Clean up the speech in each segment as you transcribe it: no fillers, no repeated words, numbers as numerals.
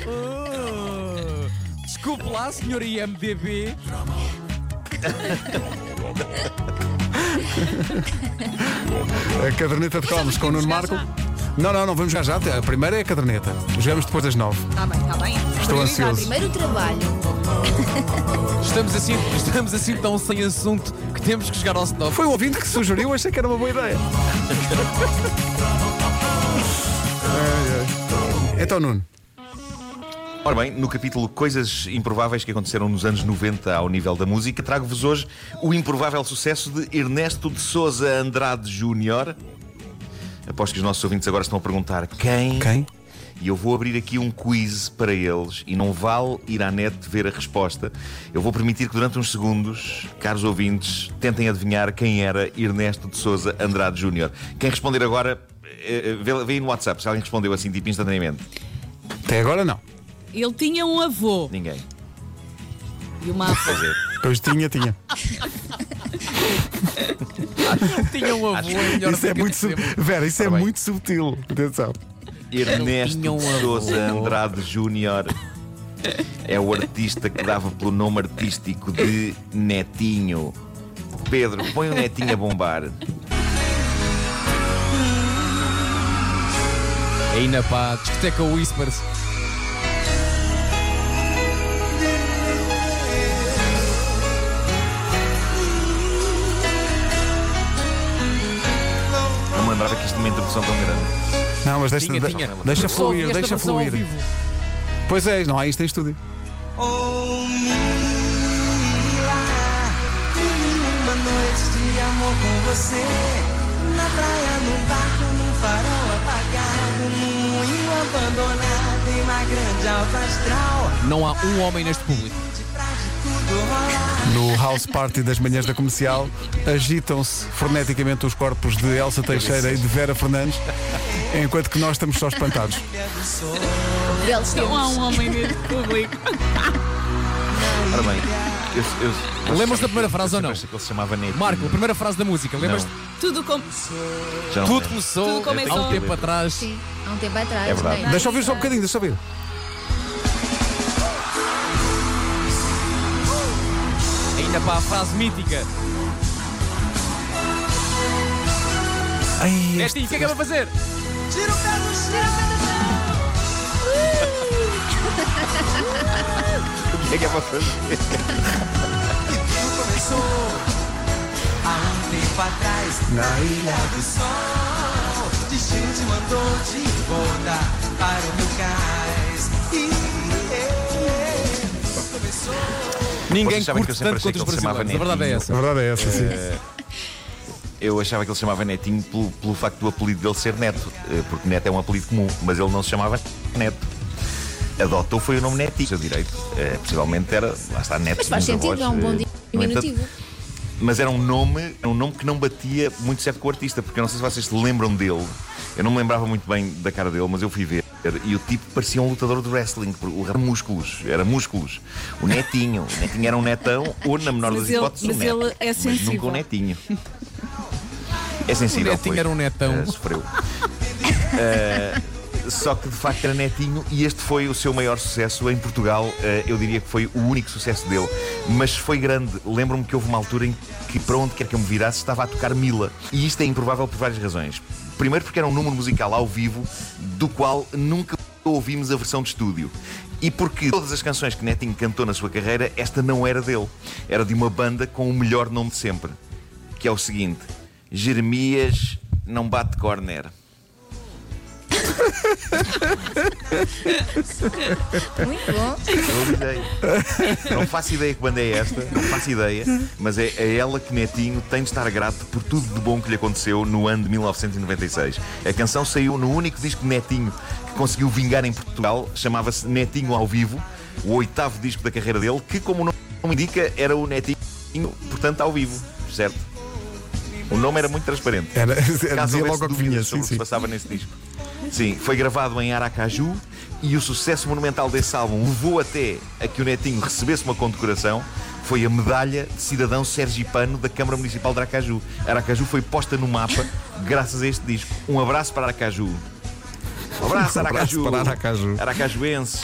Desculpe lá, senhor IMDB. A caderneta de cromos com o Nuno Marco. Não, vamos jogar já. A primeira é a caderneta. Jogamos depois das 9. Está bem. Estou ansioso. Primeiro o trabalho. Estamos assim tão sem assunto que temos que chegar ao stop. Foi o ouvinte que sugeriu, achei que era uma boa ideia. Então, Nuno. Ora bem, no capítulo Coisas Improváveis que aconteceram nos anos 90 ao nível da música, trago-vos hoje o improvável sucesso de Ernesto de Sousa Andrade Júnior. Aposto que os nossos ouvintes agora estão a perguntar quem? E eu vou abrir aqui um quiz para eles e não vale ir à net ver a resposta. Eu vou permitir que durante uns segundos, caros ouvintes, tentem adivinhar quem era Ernesto de Sousa Andrade Júnior. Quem responder agora, vê aí no WhatsApp se alguém respondeu assim, tipo instantaneamente. Até agora não. Ele tinha um avô. Ninguém. E uma avó. Pois tinha. Tinha um avô melhor Isso é muito Vera, isso é muito subtil. Atenção. Ernesto de Sousa Andrade Júnior é o artista que dava pelo nome artístico de Netinho. Pedro, põe o Netinho a bombar. Aí na pá, discoteca Whispers. Não me lembrava que isto tinha uma introdução tão grande. Não, mas deixa Só ouvi fluir, esta deixa versão ao fluir. vivo. Pois é, não há isto em estúdio. Uma noite de amor com você, na praia, no barco, num farol apagado, num moinho abandonado, em uma grande alta astral. Não há um homem neste público. No House Party das manhãs da Comercial, agitam-se freneticamente os corpos de Elsa Teixeira e de Vera Fernandes, enquanto que nós estamos só espantados. Belos Não há tempos. um homem neste público. Ora bem, Lembras da primeira frase ou não? Que ele se chamava Netinho. Marco, a primeira frase da música, lembras? Tudo como. Já não Tudo lembro. começou Tudo começou. há um tempo atrás. Sim, há um tempo atrás. É verdade. bem. Deixa eu ouvir só um bocadinho, deixa eu ouvir. Ainda para a frase mítica. Ai, Netinho, o que é que ele vai fazer? Tira o pé do chão. O que é para fazer? Tudo começou há um tempo atrás, na Ilha do Sol. Destino te mandou de volta para o meu cais. Começou. Ninguém Vocês sabem que curte eu sempre tanto achei quanto os que ele se chamava brasileiros. A verdade é Netinho. essa. a verdade é essa, sim. Eu achava que ele se chamava Netinho pelo facto do apelido dele ser Neto, porque Neto é um apelido comum, mas ele não se chamava Neto. Adotou foi o nome Netinho, seu direito. Possivelmente era, lá está, Neto. Mas faz dos sentido, avós, é um bom no entanto, diminutivo. mas era um nome que não batia muito certo com o artista, porque eu não sei se vocês se lembram dele. Eu não me lembrava muito bem da cara dele, mas eu fui ver e o tipo parecia um lutador de wrestling, porque o era músculos. O Netinho era um netão, ou na menor das hipóteses, um mas neto. ele é Mas nunca sensível. um netinho. É sensível. O Netinho pois. era um netão. Sofreu. Só que de facto era Netinho e este foi o seu maior sucesso em Portugal. Eu diria que foi o único sucesso dele, mas foi grande. Lembro-me que houve uma altura em que, para onde quer que eu me virasse, estava a tocar Mila. E isto é improvável por várias razões. Primeiro, porque era um número musical ao vivo do qual nunca ouvimos a versão de estúdio. E porque todas as canções que Netinho cantou na sua carreira, esta não era dele. Era de uma banda com o melhor nome de sempre, que é o seguinte: Jeremias Não Bate Corner. Muito bom. Não faço ideia que banda é esta, não faço ideia, mas é a ela que Netinho tem de estar grato por tudo de bom que lhe aconteceu no ano de 1996. A canção saiu no único disco de Netinho que conseguiu vingar em Portugal, chamava-se Netinho ao Vivo, o 8º disco da carreira dele, que, como o nome indica, era o Netinho, portanto, ao vivo, certo? O nome era muito transparente. Dizia logo o que vinha, sobre o que sim. se passava nesse disco. Sim, foi gravado em Aracaju e o sucesso monumental desse álbum levou até a que o Netinho recebesse uma condecoração. Foi a medalha de cidadão sergipano da Câmara Municipal de Aracaju. Aracaju foi posta no mapa graças a este disco. Um abraço para Aracaju. Um abraço, Aracaju. para Aracaju. Aracajuenses.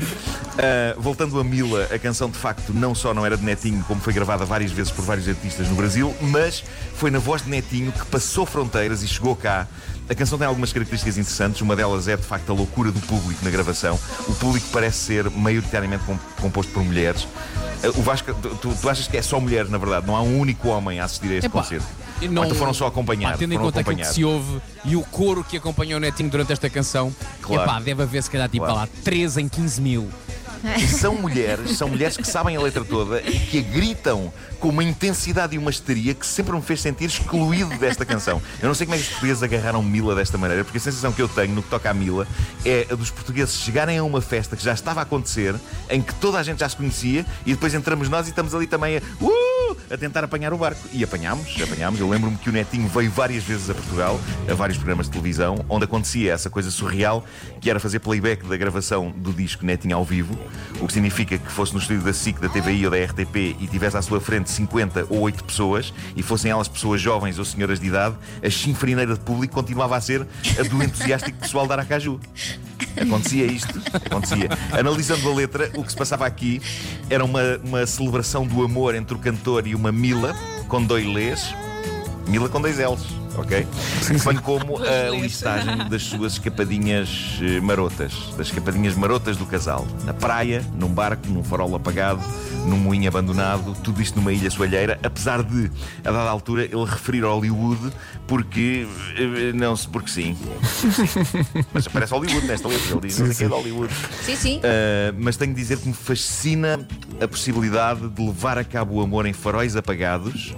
Voltando a Mila, a canção de facto não só não era de Netinho, como foi gravada várias vezes por vários artistas no Brasil, mas foi na voz de Netinho que passou fronteiras e chegou cá. A canção tem algumas características interessantes. Uma delas é de facto a loucura do público na gravação. O público parece ser maioritariamente composto por mulheres. O Vasco, tu achas que é só mulheres, na verdade? Não há um único homem a assistir a este concerto? Não, então foram só acompanhar. Tendo em conta aquilo que se ouve e o coro que acompanhou o Netinho durante esta canção, Claro. deve haver se calhar tipo lá 3 em 15 mil. E são mulheres que sabem a letra toda e que a gritam com uma intensidade e uma histeria que sempre me fez sentir excluído desta canção. Eu não sei como é que os portugueses agarraram Mila desta maneira, porque a sensação que eu tenho no que toca a Mila é a dos portugueses chegarem a uma festa que já estava a acontecer, em que toda a gente já se conhecia, e depois entramos nós e estamos ali também a tentar apanhar o barco. E apanhámos. Eu lembro-me que o Netinho veio várias vezes a Portugal, a vários programas de televisão, onde acontecia essa coisa surreal, que era fazer playback da gravação do disco Netinho ao vivo, o que significa que fosse no estúdio da SIC, da TVI ou da RTP e tivesse à sua frente 50 ou 8 pessoas, e fossem elas pessoas jovens ou senhoras de idade, a chinfrineira de público continuava a ser a do entusiástico pessoal de Aracaju. Acontecia isto. Analisando a letra, o que se passava aqui era uma celebração do amor entre o cantor e uma Mila, com 2 L's. Mila com 2 L's, ok? Bem como a listagem das suas escapadinhas marotas. Das escapadinhas marotas do casal. Na praia, num barco, num farol apagado, num moinho abandonado, tudo isto numa ilha soalheira, apesar de, a dada altura, ele referir Hollywood porque sim. Mas aparece Hollywood nesta letra, ele diz, não sei que é de Hollywood. Sim. Mas tenho de dizer que me fascina a possibilidade de levar a cabo o amor em faróis apagados,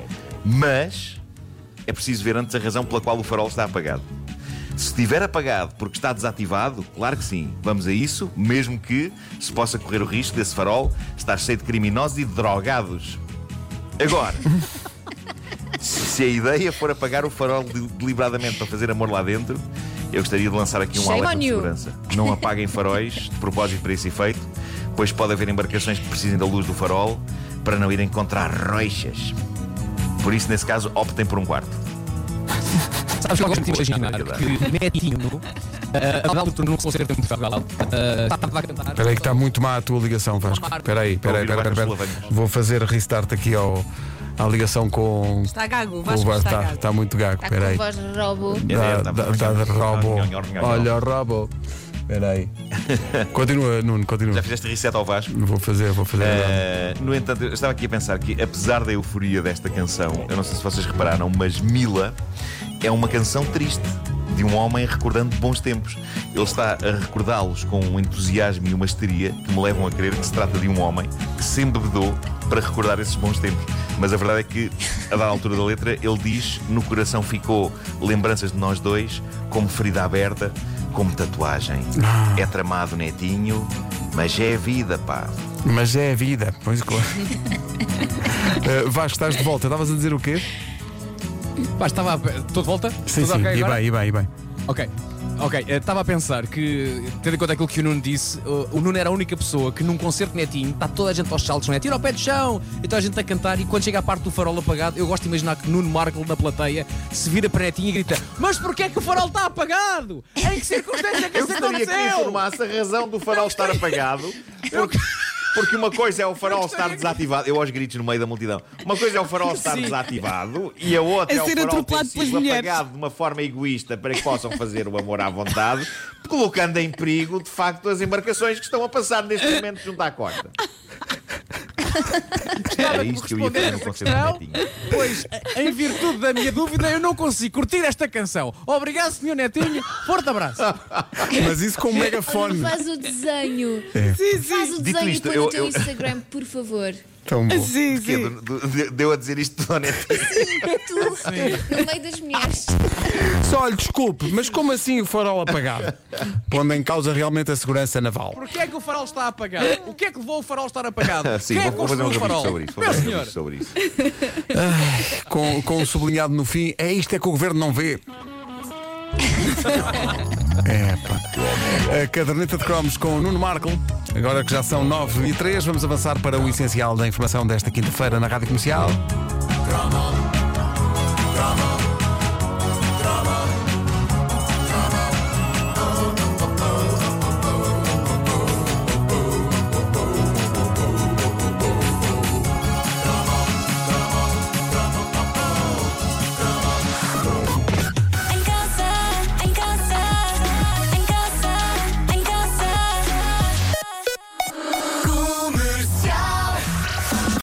mas é preciso ver antes a razão pela qual o farol está apagado. Se estiver apagado porque está desativado, claro que sim, vamos a isso, mesmo que se possa correr o risco desse farol estar cheio de criminosos e de drogados. Agora, se a ideia for apagar o farol deliberadamente para fazer amor lá dentro, eu gostaria de lançar aqui um alerta de segurança. Não apaguem faróis de propósito para esse efeito, pois pode haver embarcações que precisem da luz do farol para não ir encontrar rochas. Por isso, nesse caso, optem por um quarto. Sabes que eu gosto de imaginar que Netinho, a dada altura num concerto em Portugal, estava a cantar. Espera aí que está muito má a tua ligação, Vasco. Espera aí. Vou fazer restart aqui à ligação com... Está gago, o Vasco Vasco. está gago. Está muito gago, Está espera aí. com voz de robô. Dá de robô. Olha o robô. Espera aí. Continua, Nuno, continua. Já fizeste reset ao Vasco? Vou fazer. No entanto, eu estava aqui a pensar que, apesar da euforia desta canção, eu não sei se vocês repararam, mas Mila é uma canção triste de um homem recordando bons tempos. Ele está a recordá-los com um entusiasmo e uma histeria que me levam a crer que se trata de um homem que se embebedou para recordar esses bons tempos. Mas a verdade é que, a dada altura da letra, ele diz: no coração ficou lembranças de nós dois, como ferida aberta, como tatuagem. É tramado Netinho, mas é a vida, pá. Mas é a vida, pois claro. Vasco, estás de volta. Estavas a dizer o quê? Estou de volta? Sim, Tudo ok agora? E bem. Ok, estava a pensar que, tendo em conta aquilo que o Nuno disse, o Nuno era a única pessoa que num concerto Netinho está toda a gente aos saltos, não é? Tira ao pé do chão e toda a gente a cantar, e quando chega à parte do farol apagado, eu gosto de imaginar que Nuno Marco na plateia se vira para Netinho e grita: mas porquê é que o farol está apagado? Em que circunstância é que Eu isso gostaria que me aconteceu? informasse a razão do farol estar apagado. Porque uma coisa é o farol estar desativado. Eu aos gritos no meio da multidão. Uma coisa é o farol estar desativado e a outra é o ser farol ter atropelado pelas sido mulheres. apagado de uma forma egoísta para que possam fazer o amor à vontade, colocando em perigo, de facto, as embarcações que estão a passar neste momento junto à costa. Era isto que eu ia fazer no concerto do Netinho. Pois, em virtude da minha dúvida, eu não consigo curtir esta canção. Obrigado, Sr. Netinho. Forte abraço. Mas isso com um megafone. Faz o desenho. Faz o Dito desenho isto, e põe no teu Instagram, por favor. Tão bom. Sim, Porque deu a dizer isto do Netinho. Tu, no meio das mulheres. Só lhe desculpe, mas como assim o farol apagado? Pondo em causa realmente a segurança naval. Porquê é que o farol está apagado? O que é que levou o farol a estar apagado? Sim, Quem é que vou fazer um construiu o review farol? sobre isso. Meu senhor. Com um sublinhado no fim, é isto é que o governo não vê. A caderneta de cromos com o Nuno Marco. Agora que já são 9h03, vamos avançar para o essencial da informação desta quinta-feira na Rádio Comercial.